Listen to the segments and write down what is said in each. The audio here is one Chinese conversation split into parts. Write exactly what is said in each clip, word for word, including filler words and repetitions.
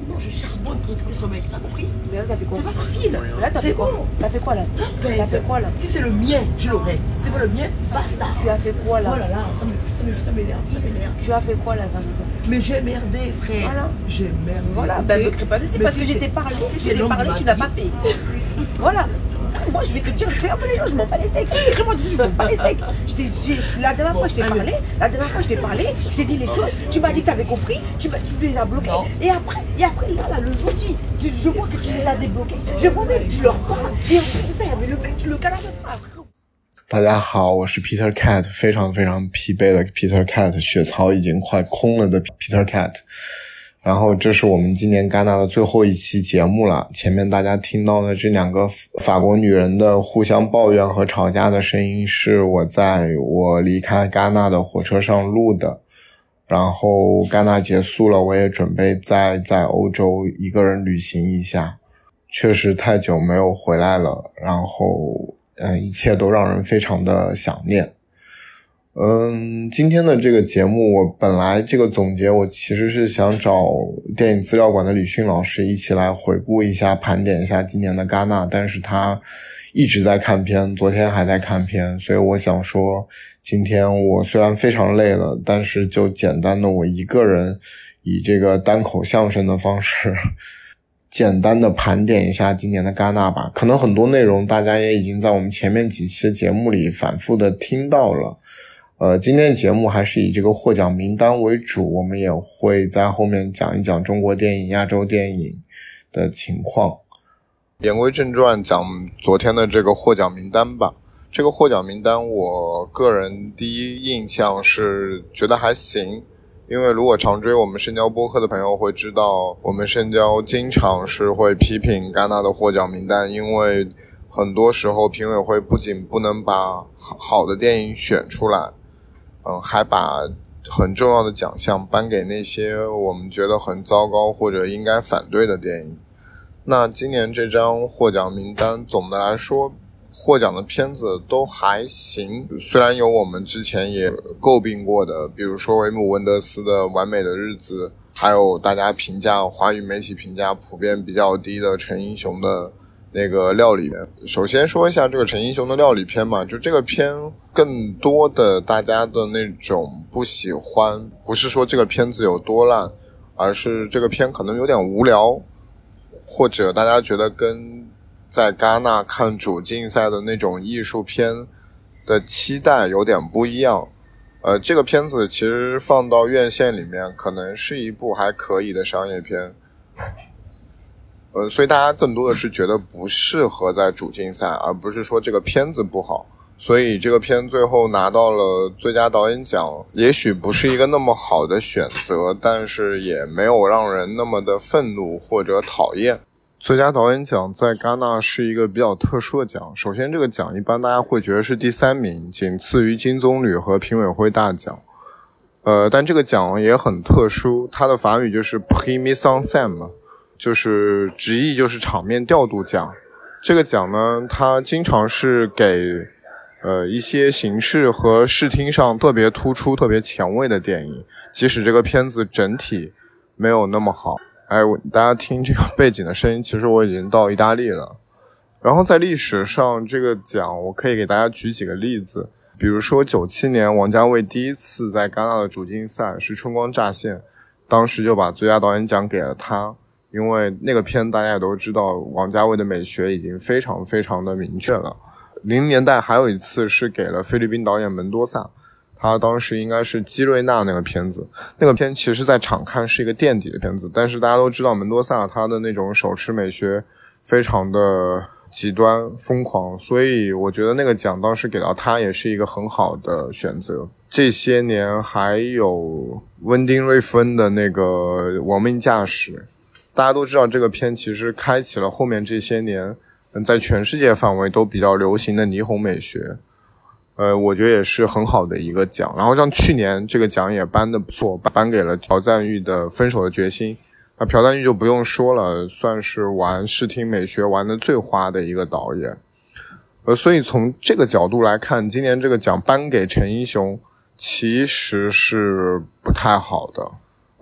non, je charbonne pour trouver ce mec, t'as compris? Mais là, t'as fait quoi? C'est pas facile. Mais là, t'as fait quoi? Bon. T'as fait quoi là? T'as fait quoi là? Si c'est le mien, je l'aurai. C'est pas le mien, basta. Tu as fait quoi là? Oh là là, ça m'énerve, ça m'énerve. Tu as fait quoi là, Vanessa? Mais j'ai merdé, frère. Voilà. J'ai merdé. Voilà, ben me crée pas dessus parce que j'étais parlé. Si je t'ai parlé, tu n'as pas fait. Voilà. Moi, je vais te dire clairement les gens, je m'en bats les steaks. Crée-moi dessus, je m'en bats les steaks. Je t'ai, j'ai, la dernière fois, je t'ai parlé. La dernière fois, je t'ai parlé. Je t'ai dit les choses. Tu m'as dit que tu avais compris. Tu, tu les as bloqués. Non. Et après, et après, là, là, le jour J, je, je vois que tu les as débloqués. Je vois même que tu leur parles. Et en plus de ça, il y avait le mec, tu le calmes pas. 大家好，我是 Peter Cat， 非常非常疲惫的 Peter Cat， 血槽已经快空了的 Peter Cat。然后这是我们今年戛纳的最后一期节目了，前面大家听到的这两个法国女人的互相抱怨和吵架的声音是我在我离开戛纳的火车上录的。然后戛纳结束了，我也准备再在欧洲一个人旅行一下，确实太久没有回来了，然后嗯，一切都让人非常的想念。嗯，今天的这个节目，我本来这个总结，我其实是想找电影资料馆的李迅老师一起来回顾一下，盘点一下今年的戛纳，但是他一直在看片，昨天还在看片，所以我想说，今天我虽然非常累了，但是就简单的我一个人以这个单口相声的方式简单的盘点一下今年的戛纳吧。可能很多内容大家也已经在我们前面几期节目里反复的听到了。呃，今天的节目还是以这个获奖名单为主，我们也会在后面讲一讲中国电影、亚洲电影的情况。言归正传，讲昨天的这个获奖名单吧。这个获奖名单我个人第一印象是觉得还行，因为如果常追我们深交播客的朋友会知道，我们深交经常是会批评戛纳的获奖名单，因为很多时候评委会不仅不能把好的电影选出来，嗯，还把很重要的奖项颁给那些我们觉得很糟糕或者应该反对的电影。那今年这张获奖名单总的来说获奖的片子都还行，虽然有我们之前也诟病过的，比如说维姆文德斯的《完美的日子》，还有大家评价华语媒体评价普遍比较低的陈英雄的那个料理片。首先说一下这个陈英雄的料理片嘛，就这个片更多的大家的那种不喜欢，不是说这个片子有多烂，而是这个片可能有点无聊，或者大家觉得跟在戛纳看主竞赛的那种艺术片的期待有点不一样。呃，这个片子其实放到院线里面可能是一部还可以的商业片，呃，所以大家更多的是觉得不适合在主竞赛，而不是说这个片子不好。所以这个片最后拿到了最佳导演奖，也许不是一个那么好的选择，但是也没有让人那么的愤怒或者讨厌。最佳导演奖在戛纳是一个比较特殊的奖，首先这个奖一般大家会觉得是第三名，仅次于金棕榈和评委会大奖。呃，但这个奖也很特殊，它的法语就是 Prix Mise en Scène 嘛，就是直译就是场面调度奖。这个奖呢，它经常是给呃一些形式和视听上特别突出、特别前卫的电影，即使这个片子整体没有那么好。哎，大家听这个背景的声音，其实我已经到意大利了。然后在历史上，这个奖我可以给大家举几个例子，比如说九七年王家卫第一次在戛纳的主竞赛是《春光乍现》，当时就把最佳导演奖给了他，因为那个片大家也都知道，王家卫的美学已经非常非常的明确了。零年代还有一次是给了菲律宾导演门多萨，他当时应该是基瑞纳那个片子，那个片其实在场看是一个垫底的片子，但是大家都知道门多萨他的那种手持美学非常的极端疯狂，所以我觉得那个奖当时给到他也是一个很好的选择。这些年还有温丁瑞夫恩的那个亡命驾驶，大家都知道这个片其实开启了后面这些年在全世界范围都比较流行的霓虹美学，呃，我觉得也是很好的一个奖。然后像去年这个奖也颁得不错，颁给了朴赞郁的《分手的决心》。那朴赞郁就不用说了，算是玩视听美学玩得最花的一个导演。呃，所以从这个角度来看，今年这个奖颁给陈英雄其实是不太好的。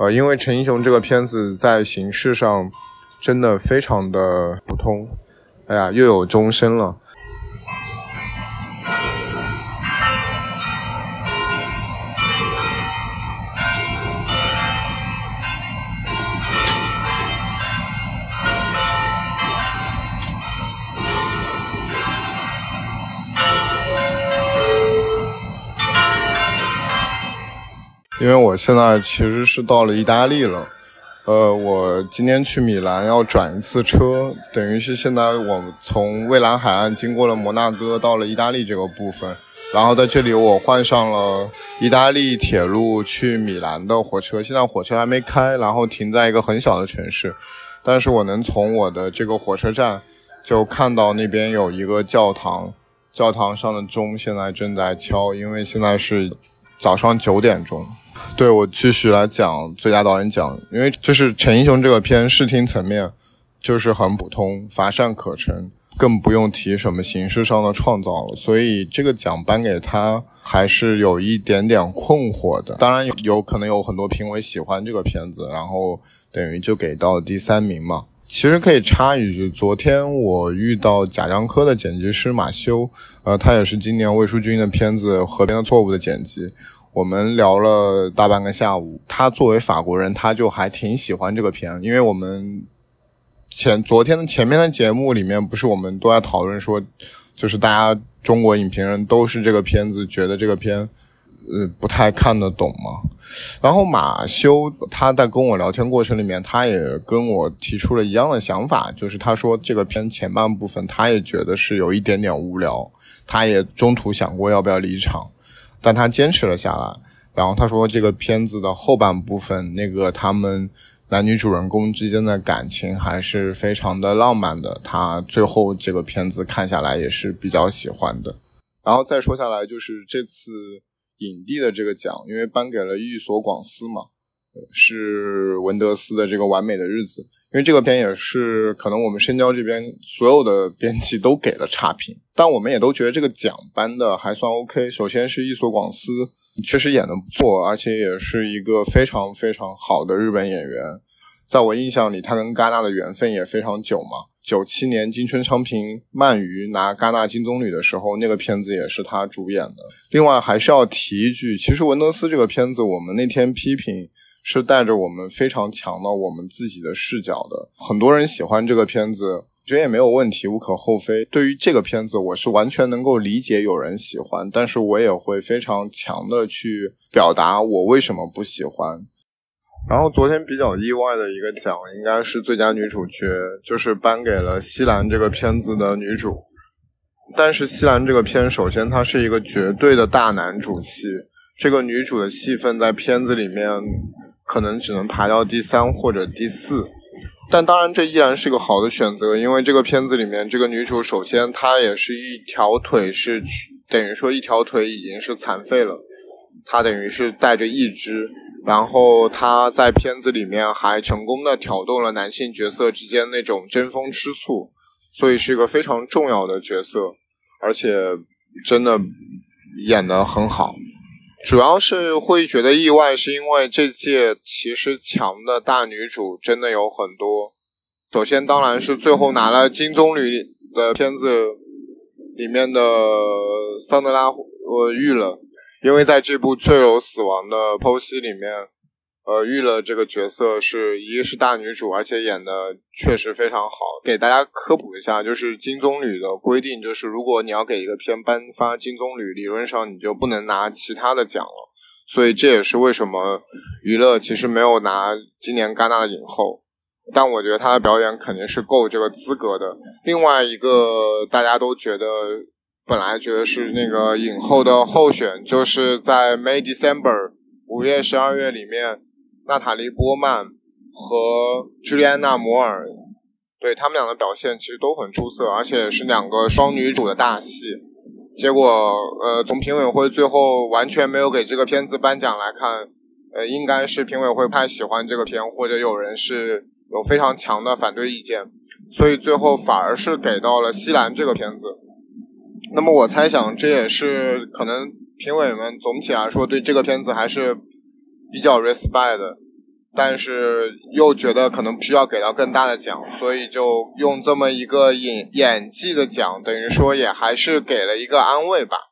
呃，因为陈英雄这个片子在形式上真的非常的普通，哎呀，又有钟声了。因为我现在其实是到了意大利了，呃，我今天去米兰要转一次车，等于是现在我从蔚蓝海岸经过了摩纳哥到了意大利这个部分，然后在这里我换上了意大利铁路去米兰的火车，现在火车还没开，然后停在一个很小的城市，但是我能从我的这个火车站就看到那边有一个教堂，教堂上的钟现在正在敲，因为现在是早上九点钟。对，我继续来讲最佳导演奖，因为就是陈英雄这个片视听层面就是很普通，乏善可陈，更不用提什么形式上的创造了，所以这个奖颁给他还是有一点点困惑的。当然有有可能有很多评委喜欢这个片子，然后等于就给到第三名嘛。其实可以插一句，昨天我遇到贾樟柯的剪辑师马修，呃，他也是今年魏书君的片子《河边的错误》的剪辑，我们聊了大半个下午。他作为法国人，他就还挺喜欢这个片，因为我们前昨天的前面的节目里面，不是我们都在讨论说，就是大家中国影评人都是这个片子觉得这个片呃不太看得懂嘛。然后马修他在跟我聊天过程里面，他也跟我提出了一样的想法，就是他说这个片前半部分他也觉得是有一点点无聊，他也中途想过要不要离场，但他坚持了下来。然后他说这个片子的后半部分，那个他们男女主人公之间的感情还是非常的浪漫的，他最后这个片子看下来也是比较喜欢的。然后再说下来就是这次影帝的这个奖，因为颁给了寓所广司嘛，是文德斯的这个完美的日子，因为这个片也是可能我们深交这边所有的编辑都给了差评，但我们也都觉得这个奖颁的还算 OK。 首先是寓所广司确实演得不错，而且也是一个非常非常好的日本演员，在我印象里他跟戛纳的缘分也非常久嘛，九七年金春昌平鳗鱼拿戛纳金棕榈的时候，那个片子也是他主演的。另外还是要提一句，其实文德斯这个片子我们那天批评是带着我们非常强的我们自己的视角的，很多人喜欢这个片子我觉得也没有问题，无可厚非。对于这个片子我是完全能够理解有人喜欢，但是我也会非常强的去表达我为什么不喜欢。然后昨天比较意外的一个奖应该是最佳女主角，就是颁给了西兰这个片子的女主。但是西兰这个片首先它是一个绝对的大男主戏，这个女主的戏份在片子里面可能只能排到第三或者第四，但当然这依然是个好的选择，因为这个片子里面这个女主首先她也是一条腿是等于说一条腿已经是残废了，她等于是带着一只，然后她在片子里面还成功的挑动了男性角色之间那种争风吃醋，所以是一个非常重要的角色，而且真的演得很好。主要是会觉得意外，是因为这届其实强的大女主真的有很多。首先当然是最后拿了金棕榈的片子里面的桑德拉呃玉了，因为在这部坠楼死亡的剖析里面，呃玉了这个角色是一个是大女主，而且演的确实非常好。给大家科普一下，就是金棕榈的规定就是如果你要给一个片颁发金棕榈，理论上你就不能拿其他的奖了，所以这也是为什么娱乐其实没有拿今年戛纳的影后，但我觉得他的表演肯定是够这个资格的。另外一个大家都觉得本来觉得是那个影后的候选，就是在 May December 五月十二月里面，娜塔莉波曼和朱莉安娜摩尔，对，他们俩的表现其实都很出色，而且是两个双女主的大戏。结果呃，从评委会最后完全没有给这个片子颁奖来看，呃，应该是评委会不太喜欢这个片，或者有人是有非常强的反对意见，所以最后反而是给到了西兰这个片子。那么我猜想这也是可能评委们总体来说对这个片子还是比较 respect 的， 但是又觉得可能需要给到更大的奖，所以就用这么一个演演技的奖，等于说也还是给了一个安慰吧。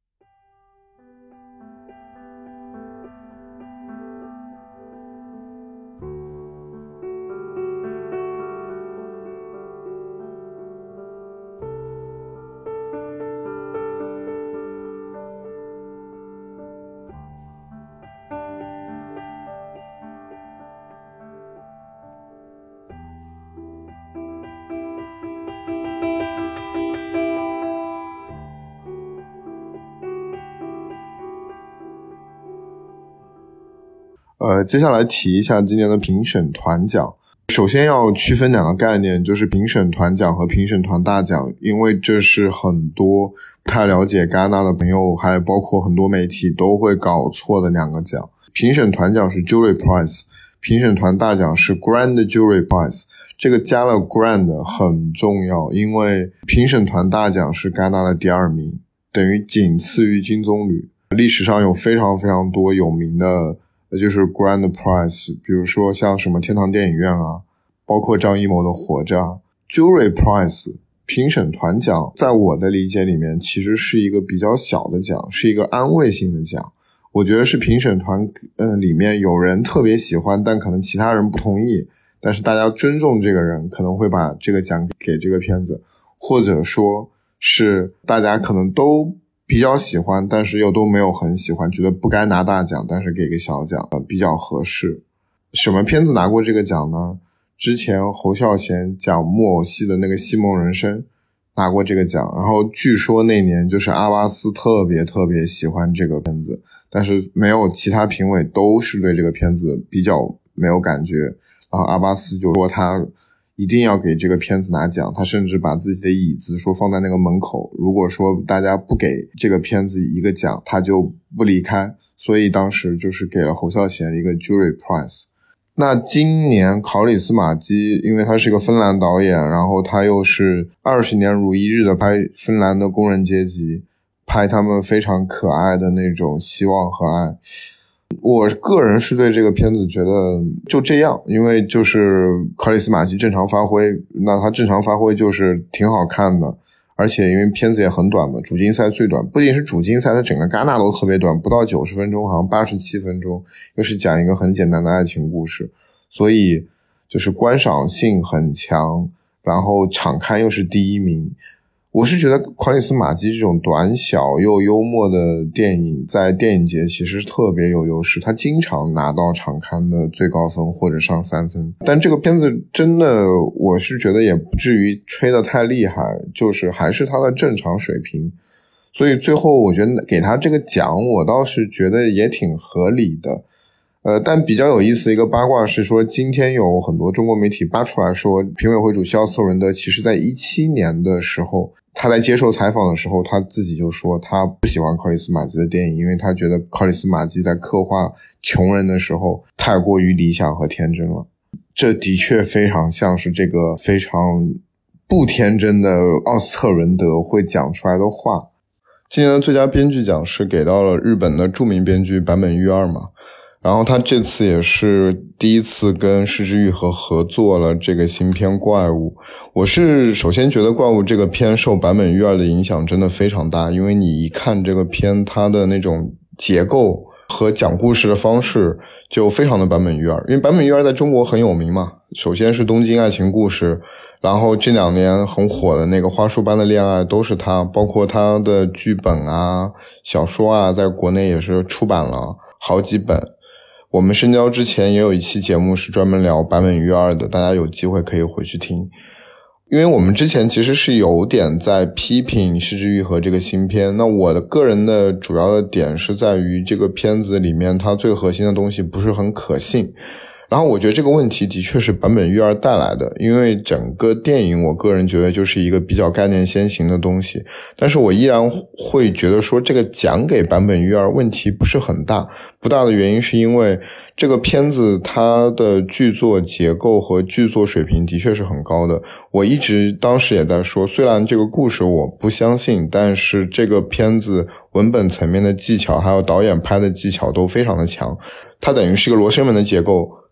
呃，接下来提一下今年的评审团奖。首先要区分两个概念，就是评审团奖和评审团大奖，因为这是很多不太了解戛纳的朋友，还包括很多媒体都会搞错的两个奖。评审团奖是 Jury Prize， 评审团大奖是 Grand Jury Prize。这个加了 Grand 很重要，因为评审团大奖是戛纳的第二名，等于仅次于金棕榈。历史上有非常非常多有名的就是 Grand Prize， 比如说像什么天堂电影院啊，包括张艺谋的活着啊。Jury Prize 评审团奖在我的理解里面其实是一个比较小的奖，是一个安慰性的奖。我觉得是评审团呃里面有人特别喜欢，但可能其他人不同意，但是大家尊重这个人，可能会把这个奖给这个片子，或者说是大家可能都比较喜欢，但是又都没有很喜欢，觉得不该拿大奖，但是给个小奖呃比较合适。什么片子拿过这个奖呢？之前侯孝贤讲木偶戏的那个戏梦人生拿过这个奖，然后据说那年就是阿巴斯特别特别喜欢这个片子，但是没有其他评委都是对这个片子比较没有感觉，然后阿巴斯就说他一定要给这个片子拿奖，他甚至把自己的椅子说放在那个门口，如果说大家不给这个片子一个奖，他就不离开，所以当时就是给了侯孝贤一个 Jury Prize。 那今年考里斯马基因为他是个芬兰导演，然后他又是二十年如一日的拍芬兰的工人阶级，拍他们非常可爱的那种希望和爱。我个人是对这个片子觉得就这样，因为就是考里斯马基正常发挥，那他正常发挥就是挺好看的，而且因为片子也很短嘛，主竞赛最短，不仅是主竞赛，它整个戛纳都特别短，不到九十分钟，好像八十七分钟，又是讲一个很简单的爱情故事，所以就是观赏性很强，然后场刊又是第一名。我是觉得考里斯马基这种短小又幽默的电影在电影节其实特别有优势，他经常拿到场刊的最高分或者上三分。但这个片子真的我是觉得也不至于吹得太厉害，就是还是他的正常水平，所以最后我觉得给他这个奖我倒是觉得也挺合理的。呃，但比较有意思的一个八卦是说，今天有很多中国媒体扒出来说，评委会主席奥斯特伦德其实在一七年的时候，他在接受采访的时候，他自己就说他不喜欢考里斯马基的电影，因为他觉得考里斯马基在刻画穷人的时候太过于理想和天真了。这的确非常像是这个非常不天真的奥斯特伦德会讲出来的话。今年的最佳编剧奖是给到了日本的著名编剧坂本裕二嘛，然后他这次也是第一次跟是枝裕和合作了这个新片怪物。我是首先觉得怪物这个片受坂本裕二的影响真的非常大，因为你一看这个片它的那种结构和讲故事的方式就非常的坂本裕二，因为坂本裕二在中国很有名嘛，首先是东京爱情故事，然后这两年很火的那个花束般的恋爱都是他，包括他的剧本啊小说啊在国内也是出版了好几本。我们深交之前也有一期节目是专门聊坂本裕二的，大家有机会可以回去听。因为我们之前其实是有点在批评是枝裕和这个新片，那我的个人的主要的点是在于这个片子里面它最核心的东西不是很可信，然后我觉得这个问题的确是坂本裕二带来的，因为整个电影我个人觉得就是一个比较概念先行的东西，但是我依然会觉得说这个奖给坂本裕二问题不是很大，不大的原因是因为这个片子它的剧作结构和剧作水平的确是很高的。我一直当时也在说，虽然这个故事我不相信，但是这个片子文本层面的技巧还有导演拍的技巧都非常的强，它等于是一个罗生门的结构，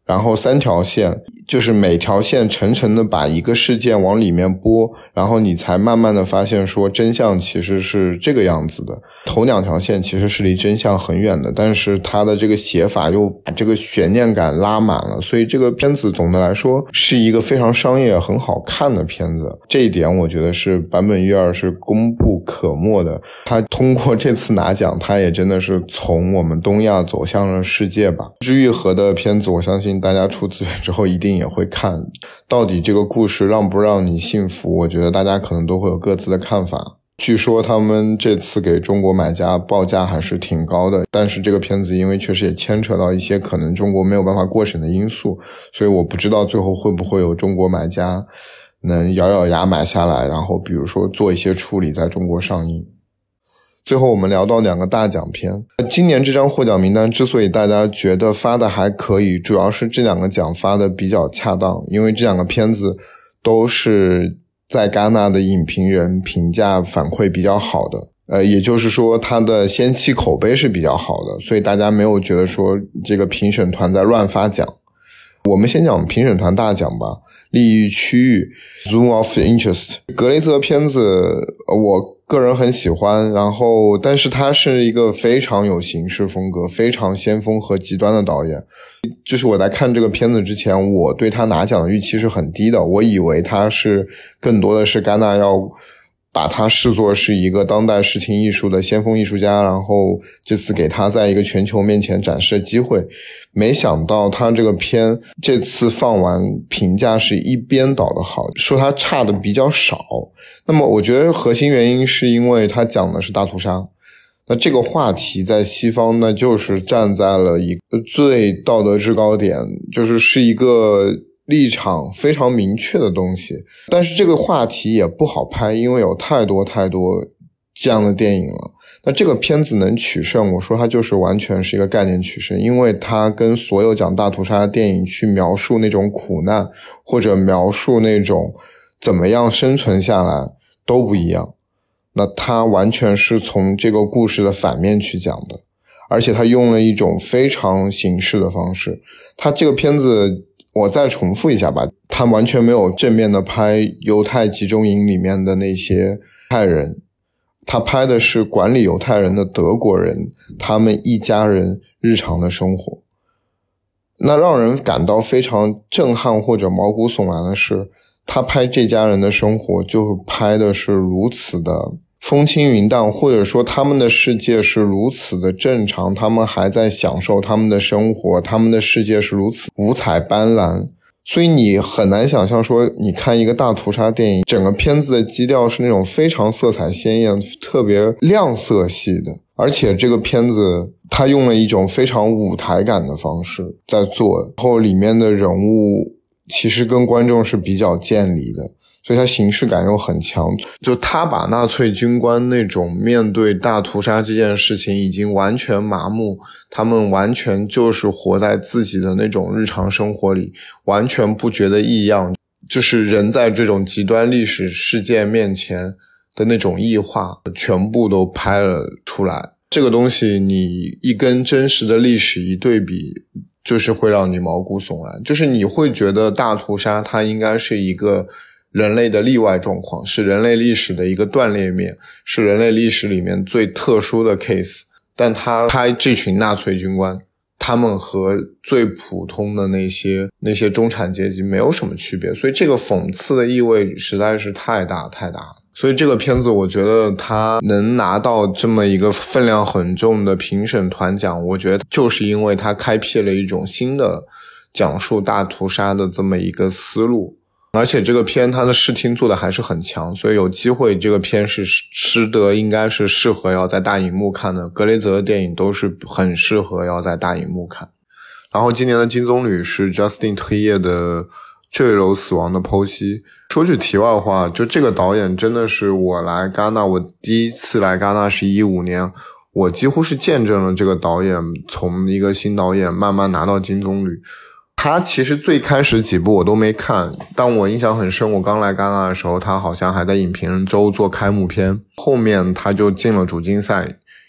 然后三条线，就是每条线层层的把一个事件往里面播，然后你才慢慢的发现说真相其实是这个样子的。头两条线其实是离真相很远的，但是它的这个写法又把这个悬念感拉满了，所以这个片子总的来说是一个非常商业很好看的片子。这一点我觉得是坂本裕二是功不可没的，他通过这次拿奖，他也真的是从我们东亚走向了世界吧。治愈合的片子我相信大家出资源之后一定也会看，到底这个故事让不让你信服，我觉得大家可能都会有各自的看法。据说他们这次给中国买家报价还是挺高的，但是这个片子因为确实也牵扯到一些可能中国没有办法过审的因素，所以我不知道最后会不会有中国买家能咬咬牙买下来，然后比如说做一些处理在中国上映。最后我们聊到两个大奖片，今年这张获奖名单之所以大家觉得发的还可以，主要是这两个奖发的比较恰当，因为这两个片子都是在戛纳的影评人评价反馈比较好的，呃，也就是说它的先期口碑是比较好的，所以大家没有觉得说这个评审团在乱发奖。我们先讲评审团大奖吧，利益区域 Zone of Interest。 格雷泽片子我个人很喜欢，然后但是他是一个非常有形式风格非常先锋和极端的导演，就是我在看这个片子之前我对他拿奖的预期是很低的，我以为他是更多的是戛纳要把他视作是一个当代视听艺术的先锋艺术家，然后这次给他在一个全球面前展示的机会，没想到他这个片这次放完评价是一边倒的好，说他差的比较少。那么我觉得核心原因是因为他讲的是大屠杀，那这个话题在西方呢就是站在了一个最道德制高点，就是是一个立场非常明确的东西，但是这个话题也不好拍，因为有太多太多这样的电影了。那这个片子能取胜，我说它就是完全是一个概念取胜，因为它跟所有讲大屠杀的电影去描述那种苦难，或者描述那种怎么样生存下来都不一样。那它完全是从这个故事的反面去讲的，而且它用了一种非常形式的方式。它这个片子我再重复一下吧，他完全没有正面的拍犹太集中营里面的那些犹太人，他拍的是管理犹太人的德国人，他们一家人日常的生活。那让人感到非常震撼或者毛骨悚然的是，他拍这家人的生活就拍的是如此的风轻云淡，或者说他们的世界是如此的正常，他们还在享受他们的生活，他们的世界是如此五彩斑斓，所以你很难想象说你看一个大屠杀电影，整个片子的基调是那种非常色彩鲜艳特别亮色系的，而且这个片子它用了一种非常舞台感的方式在做，然后里面的人物其实跟观众是比较渐离的，所以它形式感又很强，就他把纳粹军官那种面对大屠杀这件事情已经完全麻木，他们完全就是活在自己的那种日常生活里，完全不觉得异样，就是人在这种极端历史事件面前的那种异化全部都拍了出来。这个东西你一跟真实的历史一对比，就是会让你毛骨悚然，就是你会觉得大屠杀它应该是一个人类的例外状况，是人类历史的一个断裂面，是人类历史里面最特殊的 case， 但他拍这群纳粹军官，他们和最普通的那些那些中产阶级没有什么区别，所以这个讽刺的意味实在是太大太大了。所以这个片子我觉得他能拿到这么一个分量很重的评审团奖，我觉得就是因为他开辟了一种新的讲述大屠杀的这么一个思路，而且这个片它的视听做的还是很强，所以有机会这个片是值得应该是适合要在大荧幕看的，格雷泽的电影都是很适合要在大荧幕看。然后今年的金棕榈是 Justin Trier 的坠楼死亡的剖析。说句题外话，就这个导演真的是我来戛纳，我第一次来戛纳是一五年，我几乎是见证了这个导演从一个新导演慢慢拿到金棕榈。他其实最开始几部我都没看，但我印象很深，我刚来戛纳的时候他好像还在影评人周做开幕片，后面他就进了主竞赛，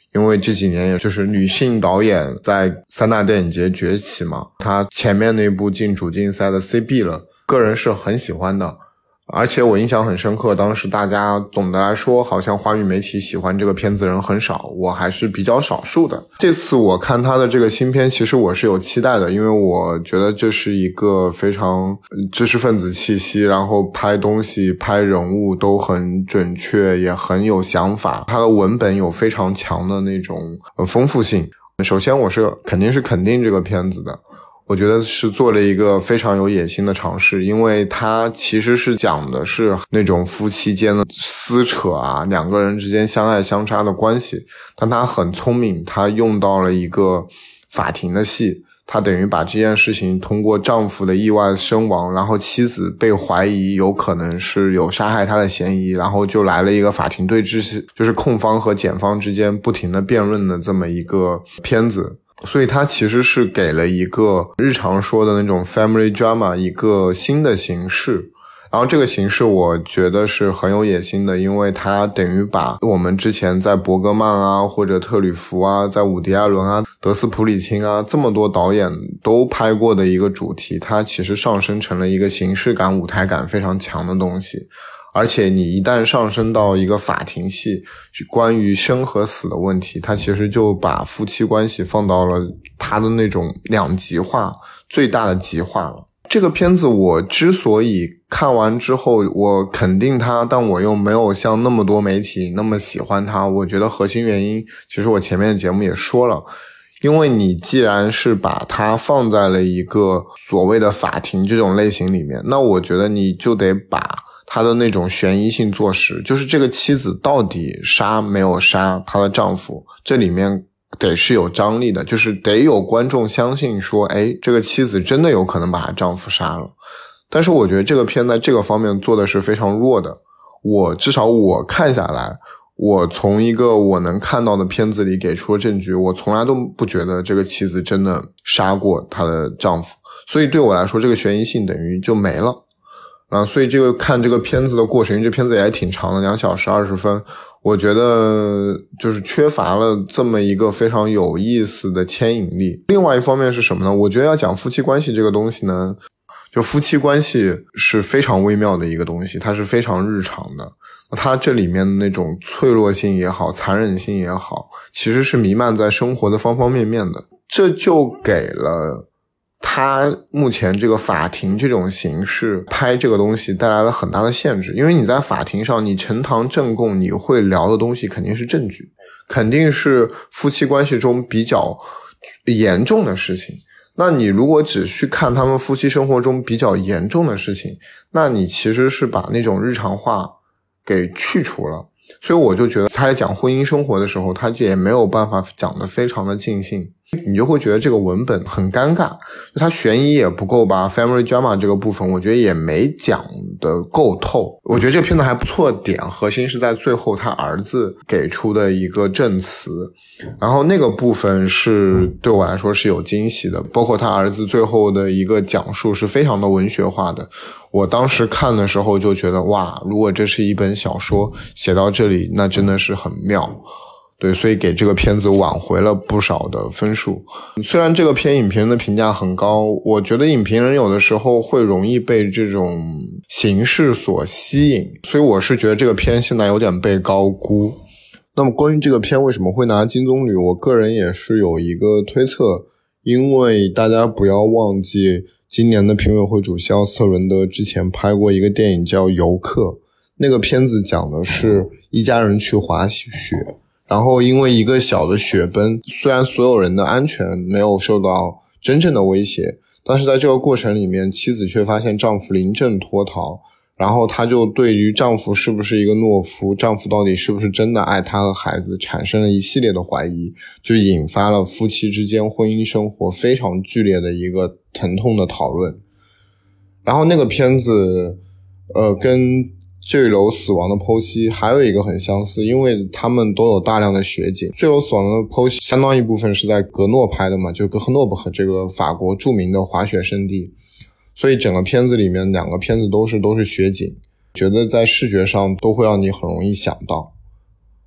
因为这几年也就是女性导演在三大电影节崛起嘛，她前面那部进主竞赛的 C B 了，个人是很喜欢的。而且我印象很深刻，当时大家总的来说好像华语媒体喜欢这个片子人很少，我还是比较少数的。这次我看他的这个新片，其实我是有期待的，因为我觉得这是一个非常知识分子气息，然后拍东西拍人物都很准确，也很有想法，他的文本有非常强的那种呃丰富性。首先我是肯定是肯定这个片子的，我觉得是做了一个非常有野心的尝试，因为它其实是讲的是那种夫妻间的撕扯啊，两个人之间相爱相杀的关系，但他很聪明，他用到了一个法庭的戏，他等于把这件事情通过丈夫的意外身亡，然后妻子被怀疑有可能是有杀害他的嫌疑，然后就来了一个法庭对峙戏，就是控方和检方之间不停的辩论的这么一个片子。所以它其实是给了一个日常说的那种 family drama 一个新的形式，然后这个形式我觉得是很有野心的，因为它等于把我们之前在伯格曼啊或者特吕弗啊，在伍迪·艾伦啊、德斯普里钦啊这么多导演都拍过的一个主题，它其实上升成了一个形式感舞台感非常强的东西。而且你一旦上升到一个法庭戏，关于生和死的问题，它其实就把夫妻关系放到了它的那种两极化最大的极化了。这个片子我之所以看完之后我肯定它，但我又没有像那么多媒体那么喜欢它，我觉得核心原因其实我前面的节目也说了，因为你既然是把它放在了一个所谓的法庭这种类型里面，那我觉得你就得把她的那种悬疑性做实，就是这个妻子到底杀没有杀她的丈夫，这里面得是有张力的，就是得有观众相信说，诶，这个妻子真的有可能把她丈夫杀了。但是我觉得这个片在这个方面做的是非常弱的，我至少我看下来，我从一个我能看到的片子里给出的证据，我从来都不觉得这个妻子真的杀过她的丈夫，所以对我来说这个悬疑性等于就没了。啊，所以这个看这个片子的过程，因为这片子也还挺长的，两小时二十分，我觉得就是缺乏了这么一个非常有意思的牵引力。另外一方面是什么呢？我觉得要讲夫妻关系这个东西呢，就夫妻关系是非常微妙的一个东西，它是非常日常的，它这里面的那种脆弱性也好，残忍性也好，其实是弥漫在生活的方方面面的。这就给了他目前这个法庭这种形式拍这个东西带来了很大的限制，因为你在法庭上你呈堂证供，你会聊的东西肯定是证据，肯定是夫妻关系中比较严重的事情，那你如果只去看他们夫妻生活中比较严重的事情，那你其实是把那种日常化给去除了。所以我就觉得他在讲婚姻生活的时候，他也没有办法讲得非常的尽兴，你就会觉得这个文本很尴尬，就他悬疑也不够吧， family drama 这个部分我觉得也没讲得够透。我觉得这个片子还不错的点，核心是在最后他儿子给出的一个证词，然后那个部分是对我来说是有惊喜的，包括他儿子最后的一个讲述是非常的文学化的。我当时看的时候就觉得，哇，如果这是一本小说写到这里，那真的是很妙。对，所以给这个片子挽回了不少的分数。虽然这个片影评人的评价很高，我觉得影评人有的时候会容易被这种形式所吸引，所以我是觉得这个片现在有点被高估。那么关于这个片为什么会拿金棕榈，我个人也是有一个推测，因为大家不要忘记今年的评委会主席奥斯特伦德之前拍过一个电影叫《游客》，那个片子讲的是一家人去滑雪，然后因为一个小的雪崩，虽然所有人的安全没有受到真正的威胁，但是在这个过程里面，妻子却发现丈夫临阵脱逃，然后她就对于丈夫是不是一个懦夫，丈夫到底是不是真的爱她和孩子产生了一系列的怀疑，就引发了夫妻之间婚姻生活非常剧烈的一个疼痛的讨论。然后那个片子呃，跟坠楼死亡的剖析还有一个很相似，因为他们都有大量的雪景。坠楼死亡的剖析相当一部分是在格诺拍的嘛，就格诺布和这个法国著名的滑雪胜地，所以整个片子里面两个片子都是都是雪景，觉得在视觉上都会让你很容易想到。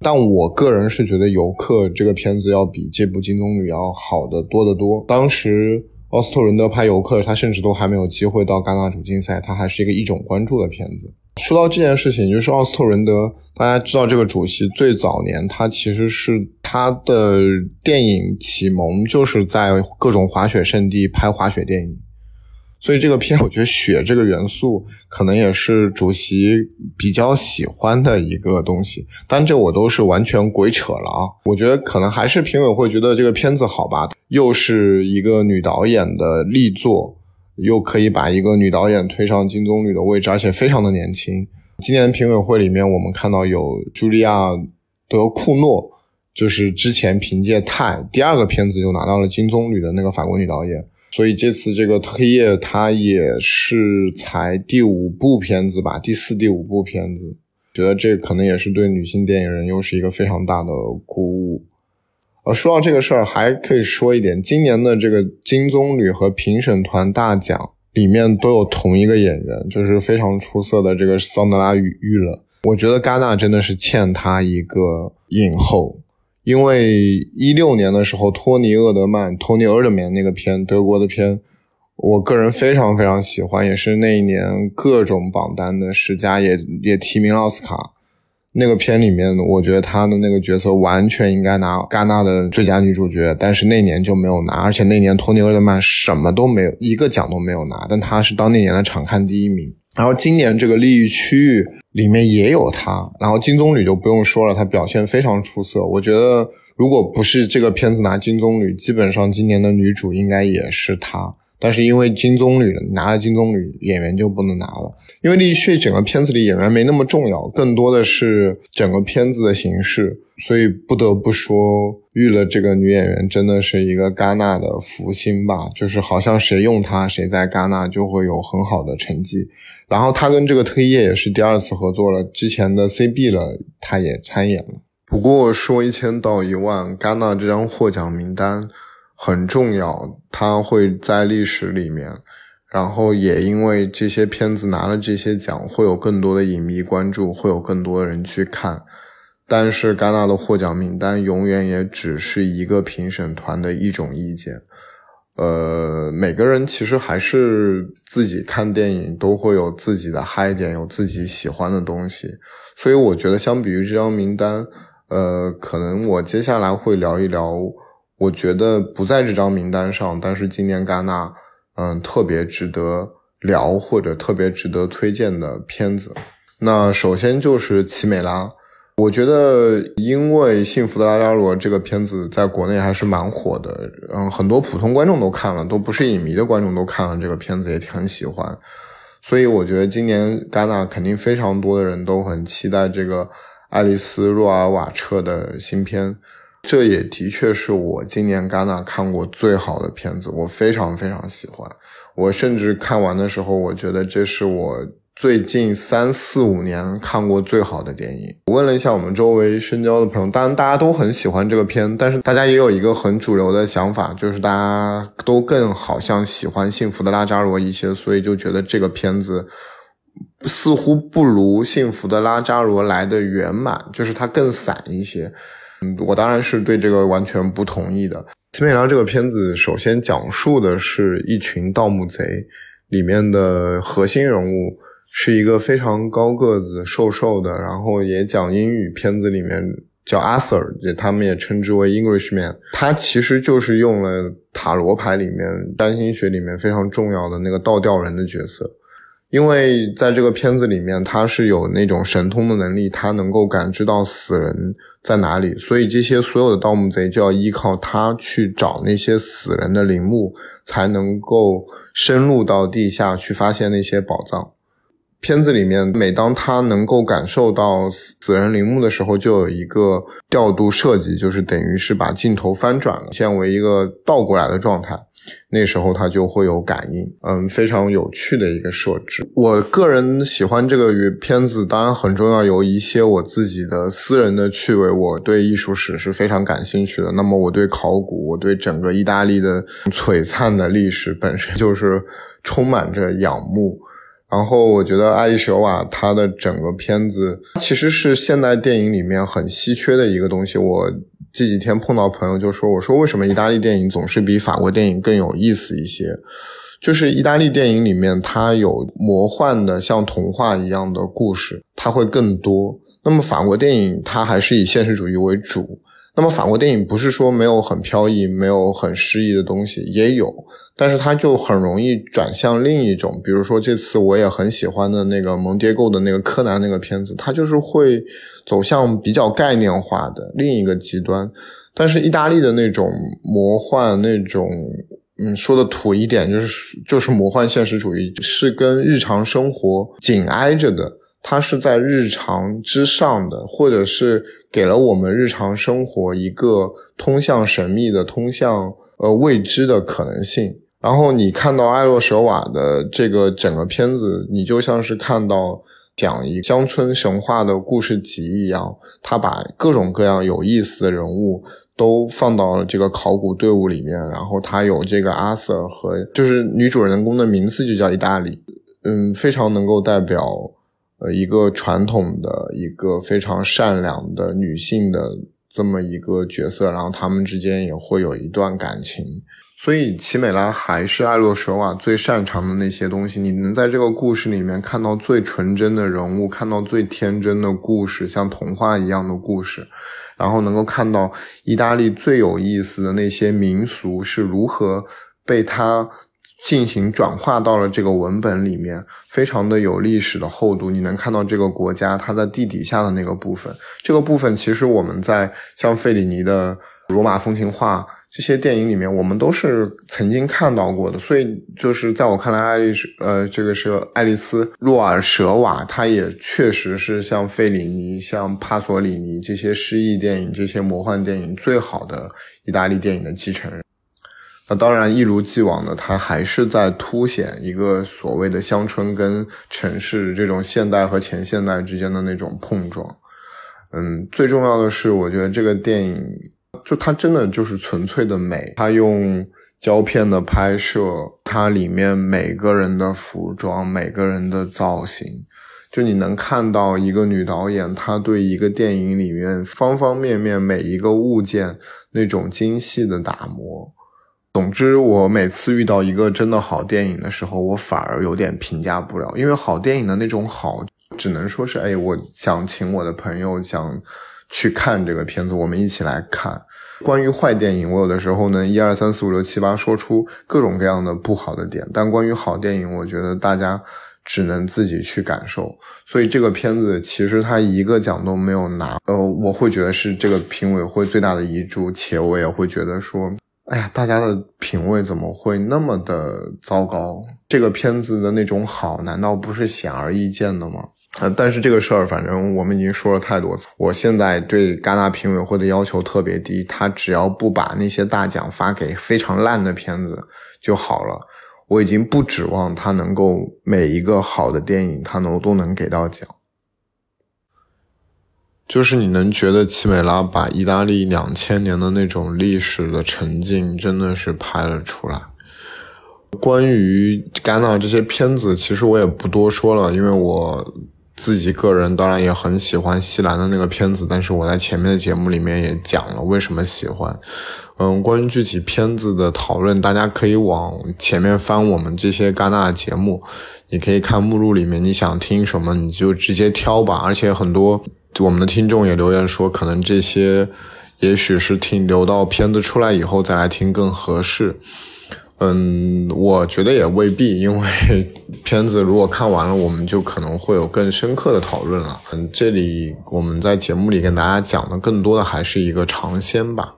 但我个人是觉得游客这个片子要比这部金棕榈要好得多得多。当时奥斯特伦德拍游客，他甚至都还没有机会到戛纳主竞赛，他还是一个一种关注的片子。说到这件事情，就是奥斯特伦德，大家知道这个主席最早年他其实是他的电影启蒙就是在各种滑雪胜地拍滑雪电影，所以这个片我觉得雪这个元素可能也是主席比较喜欢的一个东西，但这我都是完全鬼扯了啊！我觉得可能还是评委会觉得这个片子好吧，又是一个女导演的力作，又可以把一个女导演推上金棕榈的位置，而且非常的年轻。今年评委会里面我们看到有茱莉亚·德库诺，就是之前凭借泰第二个片子就拿到了金棕榈的那个法国女导演，所以这次这个特黑夜她也是才第五部片子吧，第四第五部片子，觉得这可能也是对女性电影人又是一个非常大的鼓舞。呃，说到这个事儿，还可以说一点，今年的这个金棕榈和评审团大奖里面都有同一个演员，就是非常出色的这个桑德拉·玉勒。我觉得戛纳真的是欠他一个影后，因为一六年的时候，托尼·厄德曼 Tony Erdmann 那个片，德国的片，我个人非常非常喜欢，也是那一年各种榜单的十佳也也提名了奥斯卡。那个片里面我觉得她的那个角色完全应该拿戛纳的最佳女主角，但是那年就没有拿，而且那年托尼·厄德曼什么都没有，一个奖都没有拿，但她是当那年的场看第一名。然后今年这个利益区域里面也有她，然后金棕榈就不用说了，她表现非常出色。我觉得如果不是这个片子拿金棕榈，基本上今年的女主应该也是她。但是因为金棕榈拿了金棕榈，演员就不能拿了。因为利旭整个片子里演员没那么重要，更多的是整个片子的形式，所以不得不说玉勒这个女演员真的是一个戛纳的福星吧，就是好像谁用她谁在戛纳就会有很好的成绩。然后她跟这个特叶也是第二次合作了，之前的 C B 了她也参演了。不过说一千道一万，戛纳这张获奖名单很重要，它会在历史里面，然后也因为这些片子拿了这些奖，会有更多的影迷关注，会有更多的人去看。但是戛纳的获奖名单永远也只是一个评审团的一种意见，呃，每个人其实还是自己看电影都会有自己的嗨点，有自己喜欢的东西，所以我觉得相比于这张名单，呃，可能我接下来会聊一聊我觉得不在这张名单上，但是今年戛纳嗯特别值得聊或者特别值得推荐的片子。那首先就是奇美拉，我觉得因为幸福的拉扎罗这个片子在国内还是蛮火的，嗯，很多普通观众都看了，都不是影迷的观众都看了这个片子，也很喜欢。所以我觉得今年戛纳肯定非常多的人都很期待这个爱丽丝·若尔瓦彻的新片。这也的确是我今年戛纳看过最好的片子，我非常非常喜欢。我甚至看完的时候，我觉得这是我最近三四五年看过最好的电影。我问了一下我们周围深交的朋友，当然大家都很喜欢这个片，但是大家也有一个很主流的想法，就是大家都更好像喜欢幸福的拉扎罗一些，所以就觉得这个片子似乎不如幸福的拉扎罗来的圆满，就是它更散一些。我当然是对这个完全不同意的。奇美拉这个片子首先讲述的是一群盗墓贼，里面的核心人物是一个非常高个子瘦瘦的，然后也讲英语，片子里面叫 Arthur， 也他们也称之为 Englishman。 他其实就是用了塔罗牌里面占星学里面非常重要的那个倒吊人的角色。因为在这个片子里面他是有那种神通的能力，他能够感知到死人在哪里，所以这些所有的盗墓贼就要依靠他去找那些死人的陵墓，才能够深入到地下去发现那些宝藏。片子里面每当他能够感受到死人陵墓的时候，就有一个调度设计，就是等于是把镜头翻转了，现在为一个倒过来的状态，那时候它就会有感应，嗯，非常有趣的一个设置。我个人喜欢这个片子，当然很重要有一些我自己的私人的趣味，我对艺术史是非常感兴趣的，那么我对考古，我对整个意大利的璀璨的历史本身就是充满着仰慕。 然后我觉得艾丽舍瓦她的整个片子其实是现代电影里面很稀缺的一个东西。我这几天碰到朋友就说，我说为什么意大利电影总是比法国电影更有意思一些，就是意大利电影里面它有魔幻的像童话一样的故事，它会更多。那么法国电影它还是以现实主义为主，那么法国电影不是说没有很飘逸没有很诗意的东西，也有，但是它就很容易转向另一种，比如说这次我也很喜欢的那个蒙迭购的那个柯南那个片子，它就是会走向比较概念化的另一个极端。但是意大利的那种魔幻，那种嗯，说的土一点就是就是魔幻现实主义，是跟日常生活紧挨着的，它是在日常之上的，或者是给了我们日常生活一个通向神秘的通向呃未知的可能性。然后你看到艾洛舍瓦的这个整个片子，你就像是看到讲一乡村神话的故事集一样，他把各种各样有意思的人物都放到了这个考古队伍里面，然后他有这个阿瑟和就是女主人公的名字就叫意大利，嗯，非常能够代表呃一个传统的一个非常善良的女性的这么一个角色，然后他们之间也会有一段感情。所以奇美拉还是艾洛舍瓦最擅长的那些东西，你能在这个故事里面看到最纯真的人物，看到最天真的故事，像童话一样的故事，然后能够看到意大利最有意思的那些民俗是如何被他进行转化到了这个文本里面，非常的有历史的厚度。你能看到这个国家它在地底下的那个部分，这个部分其实我们在像费里尼的罗马风情画这些电影里面我们都是曾经看到过的。所以就是在我看来，爱丽呃这个是爱丽丝洛尔舍瓦，它也确实是像费里尼像帕索里尼这些诗意电影这些魔幻电影最好的意大利电影的继承人。那当然一如既往的，它还是在凸显一个所谓的乡村跟城市这种现代和前现代之间的那种碰撞。嗯，最重要的是我觉得这个电影就它真的就是纯粹的美，它用胶片的拍摄，它里面每个人的服装每个人的造型，就你能看到一个女导演她对一个电影里面方方面面每一个物件那种精细的打磨。总之我每次遇到一个真的好电影的时候，我反而有点评价不了，因为好电影的那种好只能说是哎，我想请我的朋友想去看这个片子，我们一起来看。关于坏电影我有的时候呢一二三四五六七八说出各种各样的不好的点，但关于好电影我觉得大家只能自己去感受。所以这个片子其实它一个奖都没有拿，呃，我会觉得是这个评委会最大的遗珠，且我也会觉得说哎呀，大家的品味怎么会那么的糟糕？这个片子的那种好难道不是显而易见的吗？呃，但是这个事儿反正我们已经说了太多次，我现在对戛纳评委会的要求特别低，他只要不把那些大奖发给非常烂的片子就好了。我已经不指望他能够每一个好的电影他能都能给到奖。就是你能觉得奇美拉把意大利两千年的那种历史的沉浸真的是拍了出来。关于戛纳这些片子其实我也不多说了，因为我自己个人当然也很喜欢西兰的那个片子，但是我在前面的节目里面也讲了为什么喜欢。嗯，关于具体片子的讨论大家可以往前面翻我们这些戛纳的节目，你可以看目录里面你想听什么你就直接挑吧。而且很多我们的听众也留言说可能这些也许是听留到片子出来以后再来听更合适。嗯，我觉得也未必，因为片子如果看完了我们就可能会有更深刻的讨论了。嗯，这里我们在节目里跟大家讲的更多的还是一个尝鲜吧。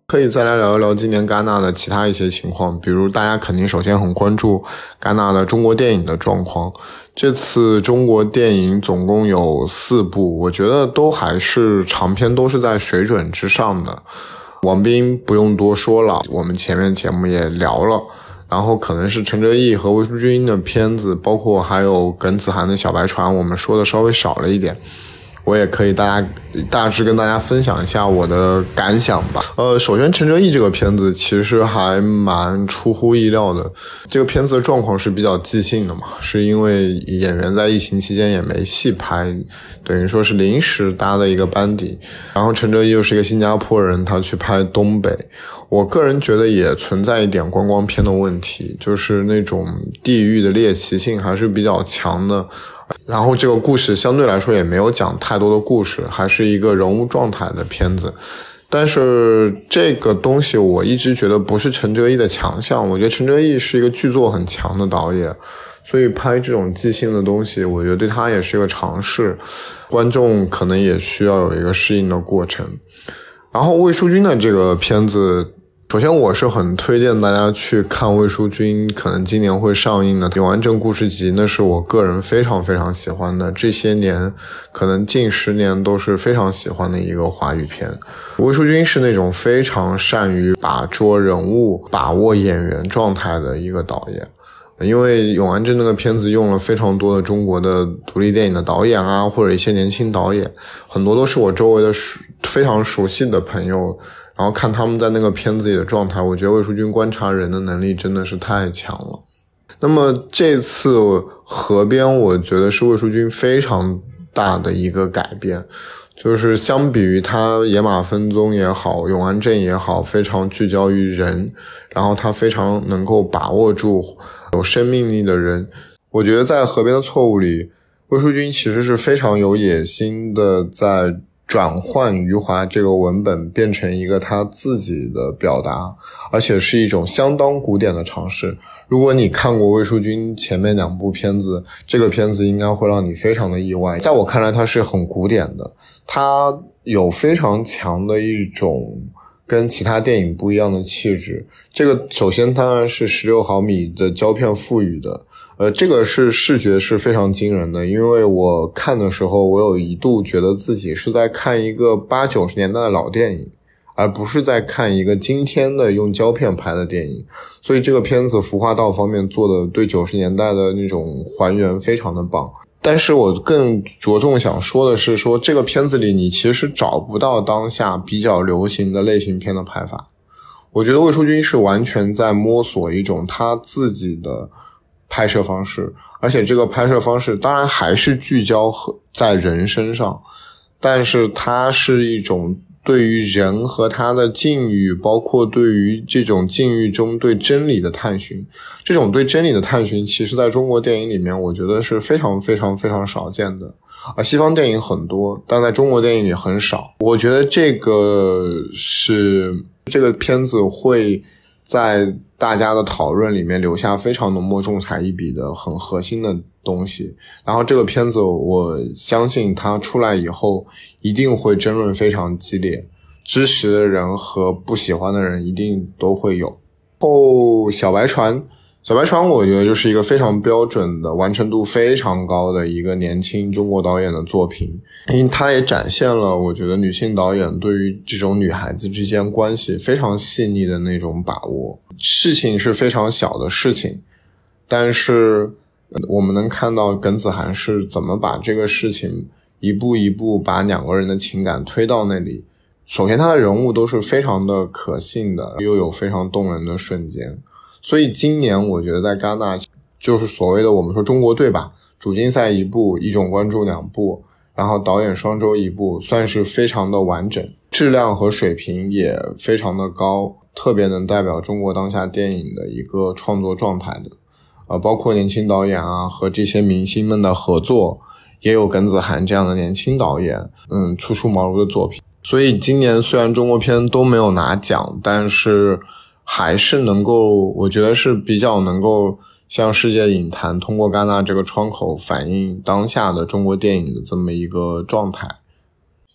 可以再来聊一聊今年戛纳的其他一些情况，比如大家肯定首先很关注戛纳的中国电影的状况。这次中国电影总共有四部，我觉得都还是长篇，都是在水准之上的。王斌不用多说了，我们前面节目也聊了，然后可能是陈哲艺和魏书君的片子，包括还有耿子涵的小白船，我们说的稍微少了一点。我也可以大家大致跟大家分享一下我的感想吧。呃，首先陈哲艺这个片子其实还蛮出乎意料的。这个片子的状况是比较即兴的嘛，是因为演员在疫情期间也没戏拍，等于说是临时搭的一个班底。然后陈哲艺又是一个新加坡人，他去拍东北。我个人觉得也存在一点观光片的问题，就是那种地域的猎奇性还是比较强的。然后这个故事相对来说也没有讲太多的故事，还是一个人物状态的片子。但是这个东西我一直觉得不是陈哲艺的强项，我觉得陈哲艺是一个剧作很强的导演，所以拍这种即兴的东西我觉得对他也是一个尝试，观众可能也需要有一个适应的过程。然后魏书君的这个片子，首先我是很推荐大家去看魏书君可能今年会上映的《永安镇故事集》，那是我个人非常非常喜欢的，这些年可能近十年都是非常喜欢的一个华语片。魏书君是那种非常善于把捉人物、把握演员状态的一个导演。因为永安镇那个片子用了非常多的中国的独立电影的导演啊，或者一些年轻导演，很多都是我周围的非常熟悉的朋友，然后看他们在那个片子里的状态，我觉得魏书君观察人的能力真的是太强了。那么这次河边我觉得是魏书君非常大的一个改变，就是相比于他野马分鬃也好，永安镇也好，非常聚焦于人，然后他非常能够把握住有生命力的人。我觉得在河边的错误里，魏书君其实是非常有野心的，在转换余华这个文本变成一个他自己的表达，而且是一种相当古典的尝试。如果你看过魏书君前面两部片子，这个片子应该会让你非常的意外。在我看来它是很古典的，它有非常强的一种跟其他电影不一样的气质。这个首先当然是十六毫米的胶片赋予的，呃，这个是视觉是非常惊人的，因为我看的时候，我有一度觉得自己是在看一个八九十年代的老电影，而不是在看一个今天的用胶片拍的电影。所以这个片子服化道方面做的对九十年代的那种还原非常的棒。但是我更着重想说的是说，这个片子里你其实找不到当下比较流行的类型片的拍法。我觉得魏书君是完全在摸索一种他自己的拍摄方式，而且这个拍摄方式当然还是聚焦在人身上，但是它是一种对于人和他的境遇，包括对于这种境遇中对真理的探寻。这种对真理的探寻其实在中国电影里面我觉得是非常非常非常少见的，而西方电影很多，但在中国电影里很少。我觉得这个是这个片子会在大家的讨论里面留下非常浓墨重彩一笔的很核心的东西。然后这个片子我相信它出来以后一定会争论非常激烈，支持的人和不喜欢的人一定都会有。后小白船小白船我觉得就是一个非常标准的完成度非常高的一个年轻中国导演的作品，因为它也展现了我觉得女性导演对于这种女孩子之间关系非常细腻的那种把握。事情是非常小的事情，但是我们能看到耿子涵是怎么把这个事情一步一步把两个人的情感推到那里。首先他的人物都是非常的可信的，又有非常动人的瞬间。所以今年我觉得在戛纳就是所谓的我们说中国队吧，主竞赛一部，一种关注两部，然后导演双周一部，算是非常的完整，质量和水平也非常的高，特别能代表中国当下电影的一个创作状态的。呃，包括年轻导演啊和这些明星们的合作，也有耿子涵这样的年轻导演，嗯，初出茅庐的作品。所以今年虽然中国片都没有拿奖，但是还是能够，我觉得是比较能够向世界影坛通过戛纳这个窗口反映当下的中国电影的这么一个状态。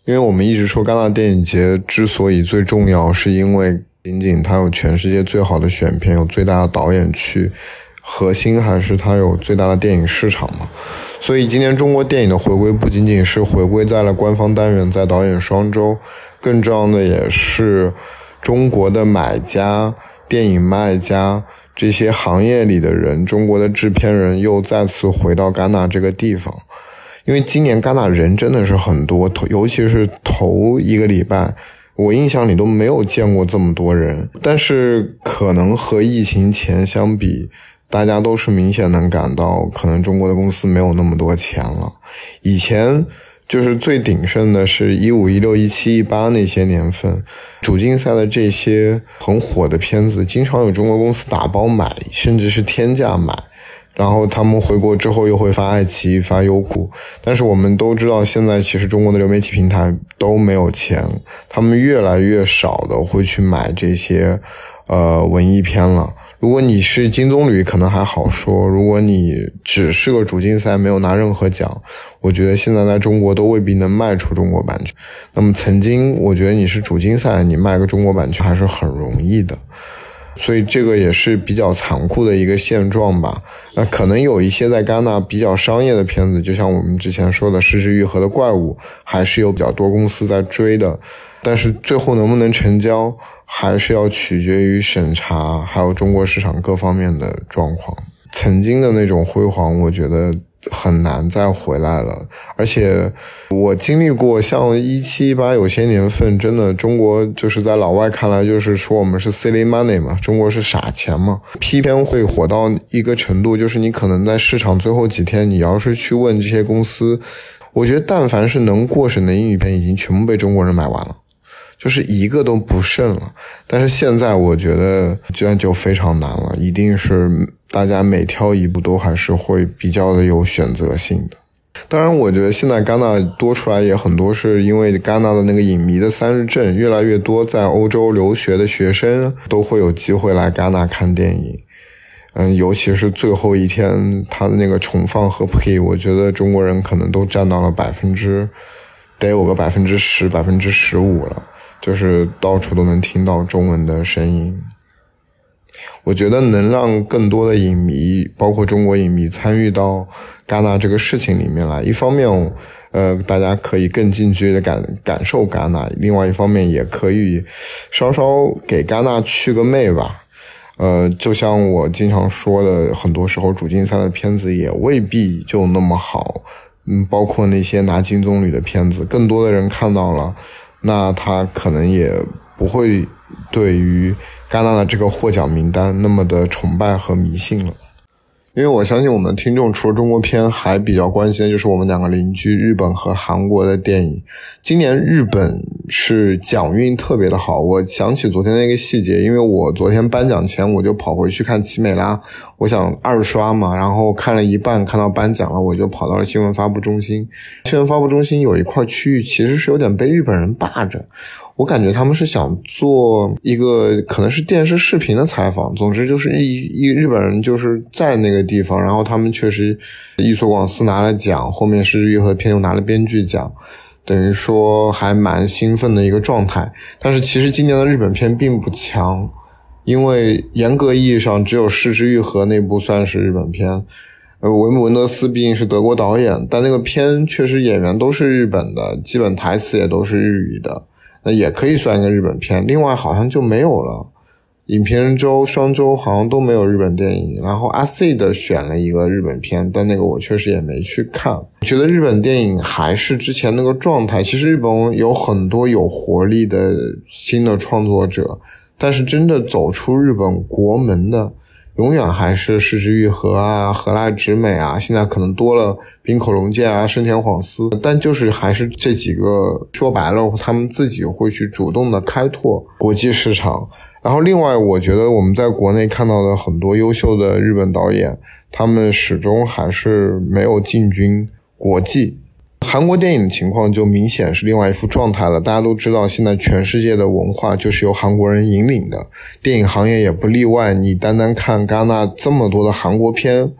因为我们一直说戛纳电影节之所以最重要，是因为仅仅它有全世界最好的选片，有最大的导演区，核心还是它有最大的电影市场嘛。所以今年中国电影的回归不仅仅是回归在了官方单元，在导演双周，更重要的也是中国的买家、电影卖家这些行业里的人，中国的制片人又再次回到戛纳这个地方。因为今年戛纳人真的是很多，尤其是头一个礼拜，我印象里都没有见过这么多人。但是可能和疫情前相比，大家都是明显能感到，可能中国的公司没有那么多钱了。以前就是最鼎盛的是一五、一六、一七、一八那些年份，主竞赛的这些很火的片子，经常有中国公司打包买，甚至是天价买。然后他们回国之后又会发爱奇艺、发优酷，但是我们都知道，现在其实中国的流媒体平台都没有钱，他们越来越少的会去买这些呃文艺片了。如果你是金棕榈可能还好说，如果你只是个主竞赛没有拿任何奖，我觉得现在在中国都未必能卖出中国版权。那么曾经我觉得你是主竞赛，你卖个中国版权还是很容易的。所以这个也是比较残酷的一个现状吧。那可能有一些在戛纳比较商业的片子，就像我们之前说的《失之愈合的怪物》，还是有比较多公司在追的。但是最后能不能成交，还是要取决于审查，还有中国市场各方面的状况。曾经的那种辉煌，我觉得很难再回来了。而且我经历过像一七一八有些年份，真的中国就是在老外看来就是说我们是 silly money 嘛，中国是傻钱嘛。P 片会火到一个程度，就是你可能在市场最后几天，你要是去问这些公司，我觉得但凡是能过审的英语片已经全部被中国人买完了，就是一个都不剩了。但是现在我觉得这样就非常难了，一定是大家每挑一部都还是会比较的有选择性的。当然我觉得现在戛纳多出来也很多是因为戛纳的那个影迷的三日证，越来越多在欧洲留学的学生都会有机会来戛纳看电影。嗯，尤其是最后一天他的那个重放合配，我觉得中国人可能都占到了百分之得有个百分之十、百分之十五了，就是到处都能听到中文的声音。我觉得能让更多的影迷，包括中国影迷参与到戛纳这个事情里面来，一方面呃，大家可以更近距离的感感受戛纳，另外一方面也可以稍稍给戛纳去个魅吧。呃，就像我经常说的，很多时候主竞赛的片子也未必就那么好，嗯，包括那些拿金棕榈的片子，更多的人看到了，那他可能也不会对于戛纳的这个获奖名单那么的崇拜和迷信了。因为我相信我们的听众除了中国片还比较关心的就是我们两个邻居日本和韩国的电影。今年日本是奖运特别的好，我想起昨天那个细节，因为我昨天颁奖前我就跑回去看奇美拉，我想二刷嘛，然后看了一半看到颁奖了，我就跑到了新闻发布中心。新闻发布中心有一块区域其实是有点被日本人霸着，我感觉他们是想做一个可能是电视视频的采访，总之就是一一日本人就是在那个地方，然后他们确实伊索广司拿了奖，后面是愈合片又拿了编剧奖，等于说还蛮兴奋的一个状态。但是其实今年的日本片并不强，因为严格意义上只有失之愈合那部算是日本片，呃，维姆文德斯毕竟是德国导演，但那个片确实演员都是日本的，基本台词也都是日语的，那也可以算一个日本片。另外好像就没有了，影评人周、双周好像都没有日本电影，然后阿 C 的选了一个日本片，但那个我确实也没去看。我觉得日本电影还是之前那个状态，其实日本有很多有活力的新的创作者，但是真的走出日本国门的永远还是失之愈合啊、河濑直美啊，现在可能多了滨口龙介啊、生田晃司，但就是还是这几个，说白了他们自己会去主动的开拓国际市场。然后另外我觉得我们在国内看到的很多优秀的日本导演，他们始终还是没有进军国际。韩国电影的情况就明显是另外一副状态了，大家都知道现在全世界的文化就是由韩国人引领的，电影行业也不例外。你单单看戛纳这么多的韩国片，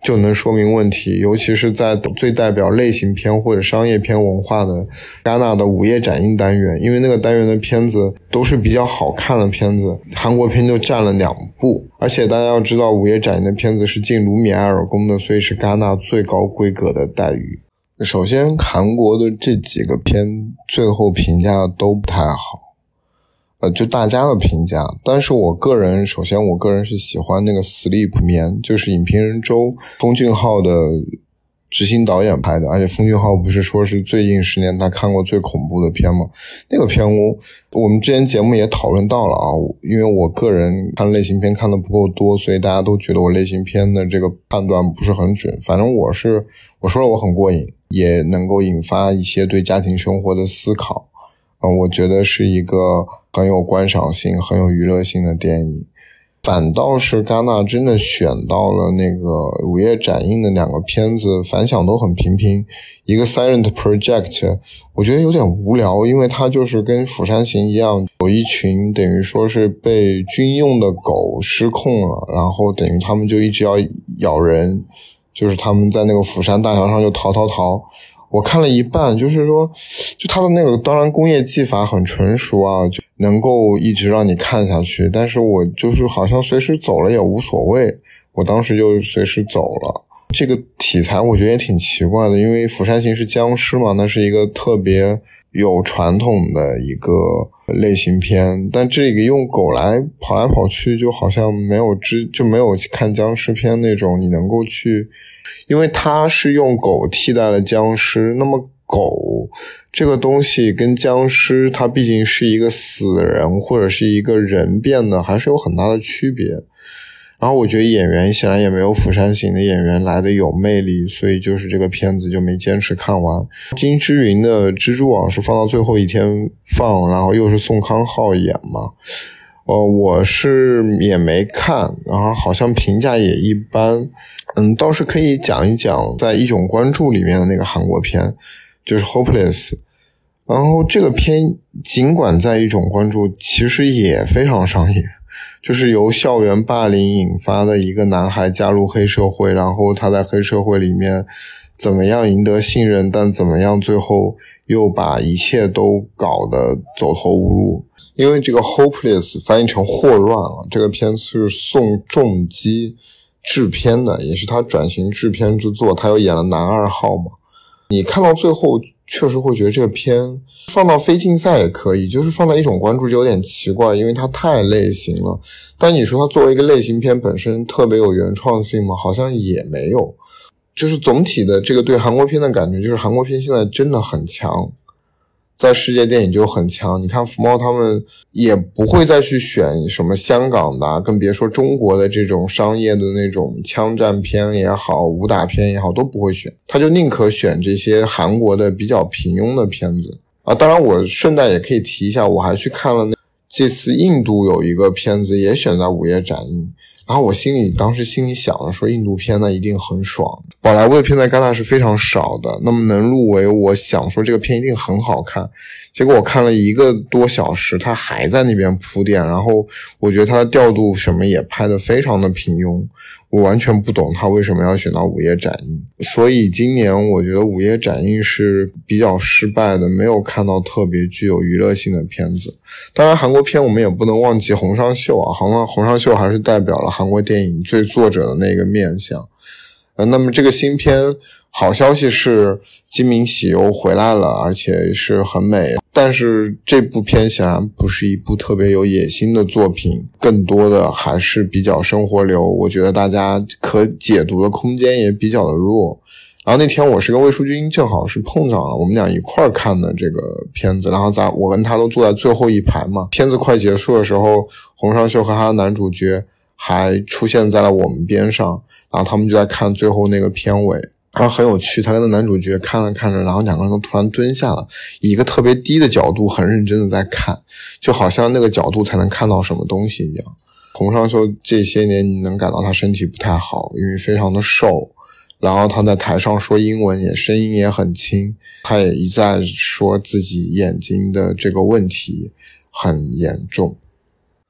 就能说明问题，尤其是在最代表类型片或者商业片文化的戛纳的午夜展映单元，因为那个单元的片子都是比较好看的片子，韩国片就占了两部，而且大家要知道午夜展映的片子是进卢米埃尔宫的，所以是戛纳最高规格的待遇。首先韩国的这几个片最后评价都不太好，呃，就大家的评价，但是我个人，首先我个人是喜欢那个 Sleep 眠，就是影评人周奉俊昊的执行导演拍的，而且奉俊昊不是说是最近十年他看过最恐怖的片吗？那个片我我们之前节目也讨论到了啊，因为我个人看类型片看的不够多，所以大家都觉得我类型片的这个判断不是很准。反正我是我说了我很过瘾，也能够引发一些对家庭生活的思考。嗯，我觉得是一个很有观赏性、很有娱乐性的电影。反倒是戛纳真的选到了那个午夜展映的两个片子，反响都很平平。一个 Silent Project 我觉得有点无聊，因为它就是跟釜山行一样，有一群等于说是被军用的狗失控了，然后等于他们就一直要咬人，就是他们在那个釜山大桥上就逃逃逃。我看了一半，就是说就他的那个当然工业技法很纯熟啊，就能够一直让你看下去，但是我就是好像随时走了也无所谓，我当时就随时走了。这个题材我觉得也挺奇怪的，因为釜山行是僵尸嘛，那是一个特别有传统的一个类型片，但这个用狗来跑来跑去就好像没有之就没有看僵尸片那种你能够去，因为它是用狗替代了僵尸，那么狗这个东西跟僵尸它毕竟是一个死人或者是一个人变的，还是有很大的区别。然后我觉得演员显然也没有釜山行的演员来的有魅力，所以就是这个片子就没坚持看完。金之云的蜘蛛网是放到最后一天放，然后又是宋康昊演嘛，呃，我是也没看，然后好像评价也一般。嗯，倒是可以讲一讲在一种关注里面的那个韩国片，就是 Hopeless。然后这个片尽管在一种关注，其实也非常商业。就是由校园霸凌引发的一个男孩加入黑社会，然后他在黑社会里面怎么样赢得信任，但怎么样最后又把一切都搞得走投无路。因为这个 Hopeless 翻译成霍乱啊，这个片是宋仲基制片的，也是他转型制片之作，他又演了男二号嘛。你看到最后确实会觉得这个片放到非竞赛也可以，就是放到一种关注就有点奇怪，因为它太类型了。但你说它作为一个类型片本身特别有原创性吗？好像也没有。就是总体的这个对韩国片的感觉，就是韩国片现在真的很强，在世界电影就很强。你看福茂他们也不会再去选什么香港的，更别说中国的这种商业的那种枪战片也好，武打片也好，都不会选，他就宁可选这些韩国的比较平庸的片子啊。当然我顺带也可以提一下，我还去看了那这次印度有一个片子也选在午夜展映，然后我心里当时心里想了说印度片那一定很爽，宝莱坞的片在戛纳是非常少的，那么能入围我想说这个片一定很好看，结果我看了一个多小时他还在那边铺垫，然后我觉得他的调度什么也拍得非常的平庸，我完全不懂他为什么要选到午夜展映。所以今年我觉得午夜展映是比较失败的，没有看到特别具有娱乐性的片子。当然韩国片我们也不能忘记洪尚秀啊，洪洪尚秀还是代表了韩国电影最作者的那个面相。呃，那么这个新片好消息是金敏喜又回来了，而且是很美，但是这部片显然不是一部特别有野心的作品，更多的还是比较生活流，我觉得大家可解读的空间也比较的弱。然后那天我是跟魏淑君正好是碰上了，我们俩一块儿看的这个片子，然后咱我跟他都坐在最后一排嘛，片子快结束的时候，洪尚秀和他的男主角还出现在了我们边上，然后他们就在看最后那个片尾，然后很有趣，他跟那男主角看着看着，然后两个人都突然蹲下了，以一个特别低的角度很认真的在看，就好像那个角度才能看到什么东西一样。洪尚秀这些年你能感到他身体不太好，因为非常的瘦，然后他在台上说英文也声音也很轻，他也一再说自己眼睛的这个问题很严重。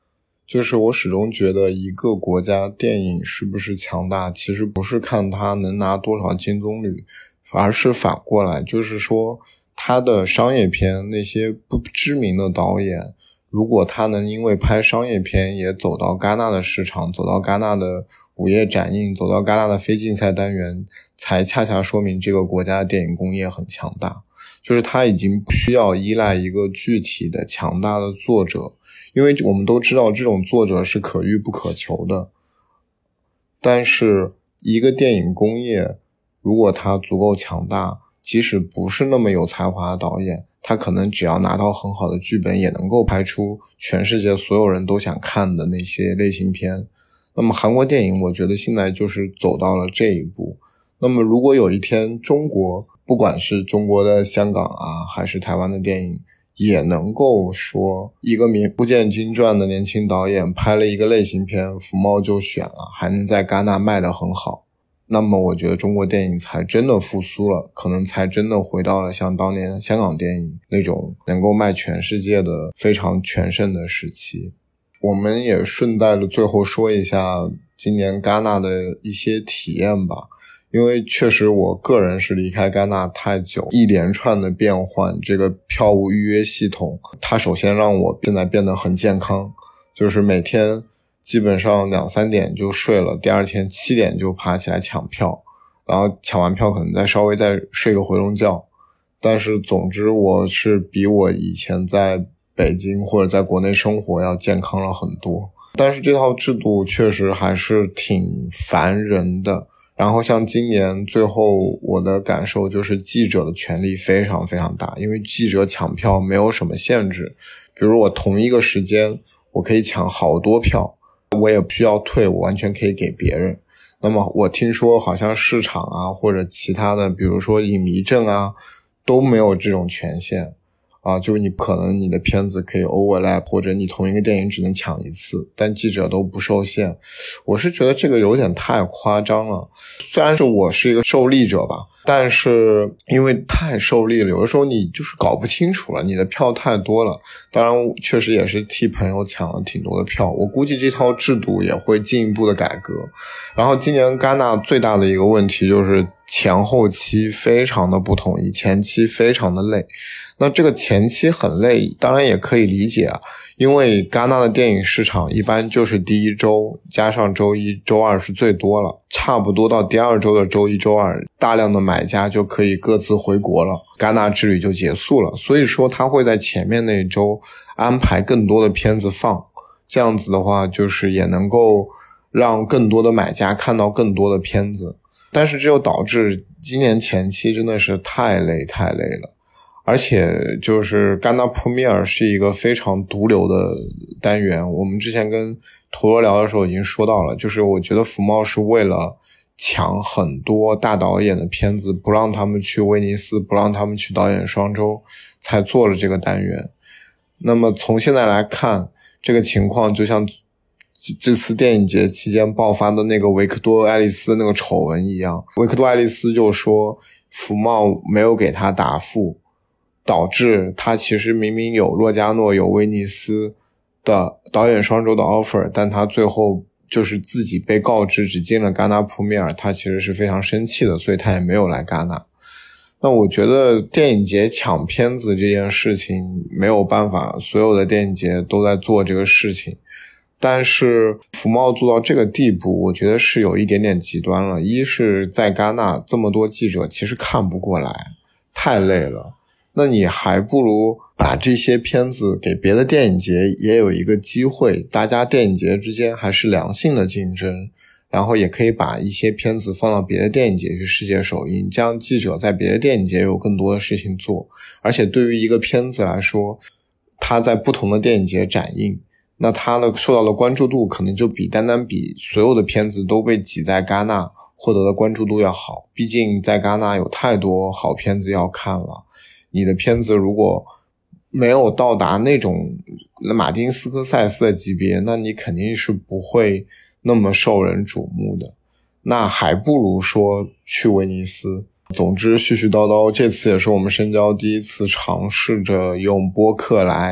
就是我始终觉得一个国家电影是不是强大，其实不是看它能拿多少金棕榈，而是反过来，就是说它的商业片那些不知名的导演，如果他能因为拍商业片也走到戛纳的市场，走到戛纳的午夜展映，走到戛纳的非竞赛单元，才恰恰说明这个国家的电影工业很强大。就是他已经不需要依赖一个具体的强大的作者，因为我们都知道这种作者是可遇不可求的。但是一个电影工业如果它足够强大，即使不是那么有才华的导演，他可能只要拿到很好的剧本，也能够拍出全世界所有人都想看的那些类型片。那么韩国电影我觉得现在就是走到了这一步。那么如果有一天中国，不管是中国的香港啊，还是台湾的电影，也能够说一个名不见经传的年轻导演拍了一个类型片，福茂就选了，还能在戛纳卖得很好，那么我觉得中国电影才真的复苏了，可能才真的回到了像当年香港电影那种能够卖全世界的非常全盛的时期。我们也顺带的最后说一下今年戛纳的一些体验吧，因为确实我个人是离开戛纳太久，一连串的变换，这个票务预约系统它首先让我现在变得很健康，就是每天基本上两三点就睡了，第二天七点就爬起来抢票，然后抢完票可能再稍微再睡个回笼觉。但是总之我是比我以前在北京或者在国内生活要健康了很多。但是这套制度确实还是挺烦人的。然后像今年最后我的感受就是记者的权力非常非常大，因为记者抢票没有什么限制，比如我同一个时间我可以抢好多票，我也不需要退，我完全可以给别人。那么我听说好像市场啊或者其他的比如说影迷证啊都没有这种权限啊，就你可能你的片子可以 overlap， 或者你同一个电影只能抢一次，但记者都不受限。我是觉得这个有点太夸张了，虽然是我是一个受力者吧，但是因为太受力了，有的时候你就是搞不清楚了，你的票太多了。当然确实也是替朋友抢了挺多的票，我估计这套制度也会进一步的改革。然后今年戛纳最大的一个问题就是前后期非常的不统一，前期非常的累。那这个前期很累当然也可以理解啊，因为戛纳的电影市场一般就是第一周加上周一周二是最多了，差不多到第二周的周一周二大量的买家就可以各自回国了，戛纳之旅就结束了。所以说他会在前面那一周安排更多的片子放，这样子的话就是也能够让更多的买家看到更多的片子。但是这就导致今年前期真的是太累太累了。而且就是戛纳 Premiere 是一个非常毒瘤的单元，我们之前跟陀螺聊的时候已经说到了，就是我觉得福茂是为了抢很多大导演的片子，不让他们去威尼斯，不让他们去导演双周，才做了这个单元。那么从现在来看，这个情况就像这次电影节期间爆发的那个维克多爱丽丝那个丑闻一样，维克多爱丽丝就说福茂没有给他答复，导致他其实明明有洛迦诺有威尼斯的导演双周的 offer， 但他最后就是自己被告知只进了戛纳普米尔，他其实是非常生气的，所以他也没有来戛纳。那我觉得电影节抢片子这件事情没有办法，所有的电影节都在做这个事情，但是福茂做到这个地步我觉得是有一点点极端了。一是在戛纳这么多记者其实看不过来，太累了，那你还不如把这些片子给别的电影节也有一个机会，大家电影节之间还是良性的竞争，然后也可以把一些片子放到别的电影节去世界首映，这样记者在别的电影节有更多的事情做。而且对于一个片子来说，它在不同的电影节展映，那它的受到的关注度可能就比单单比所有的片子都被挤在戛纳获得的关注度要好，毕竟在戛纳有太多好片子要看了，你的片子如果没有到达那种马丁斯科塞斯的级别，那你肯定是不会那么受人瞩目的，那还不如说去威尼斯。总之絮絮叨叨，这次也是我们深交第一次尝试着用播客来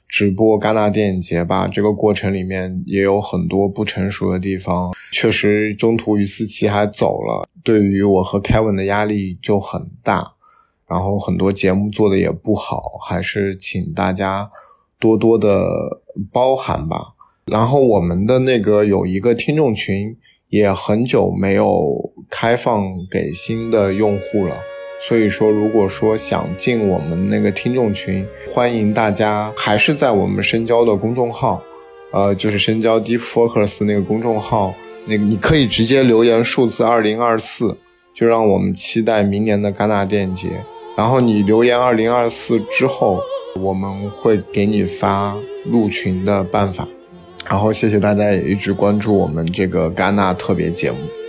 直播戛纳电影节吧，这个过程里面也有很多不成熟的地方，确实中途于思琪还走了，对于我和 Kevin 的压力就很大，然后很多节目做的也不好，还是请大家多多的包涵吧。然后我们的那个有一个听众群也很久没有开放给新的用户了，所以说如果说想进我们那个听众群，欢迎大家还是在我们深交的公众号，呃，就是深交 Deep Focus 那个公众号，那个你可以直接留言数字二零二四，就让我们期待明年的戛纳电影节。然后你留言二零二四之后，我们会给你发入群的办法。然后谢谢大家也一直关注我们这个戛纳特别节目。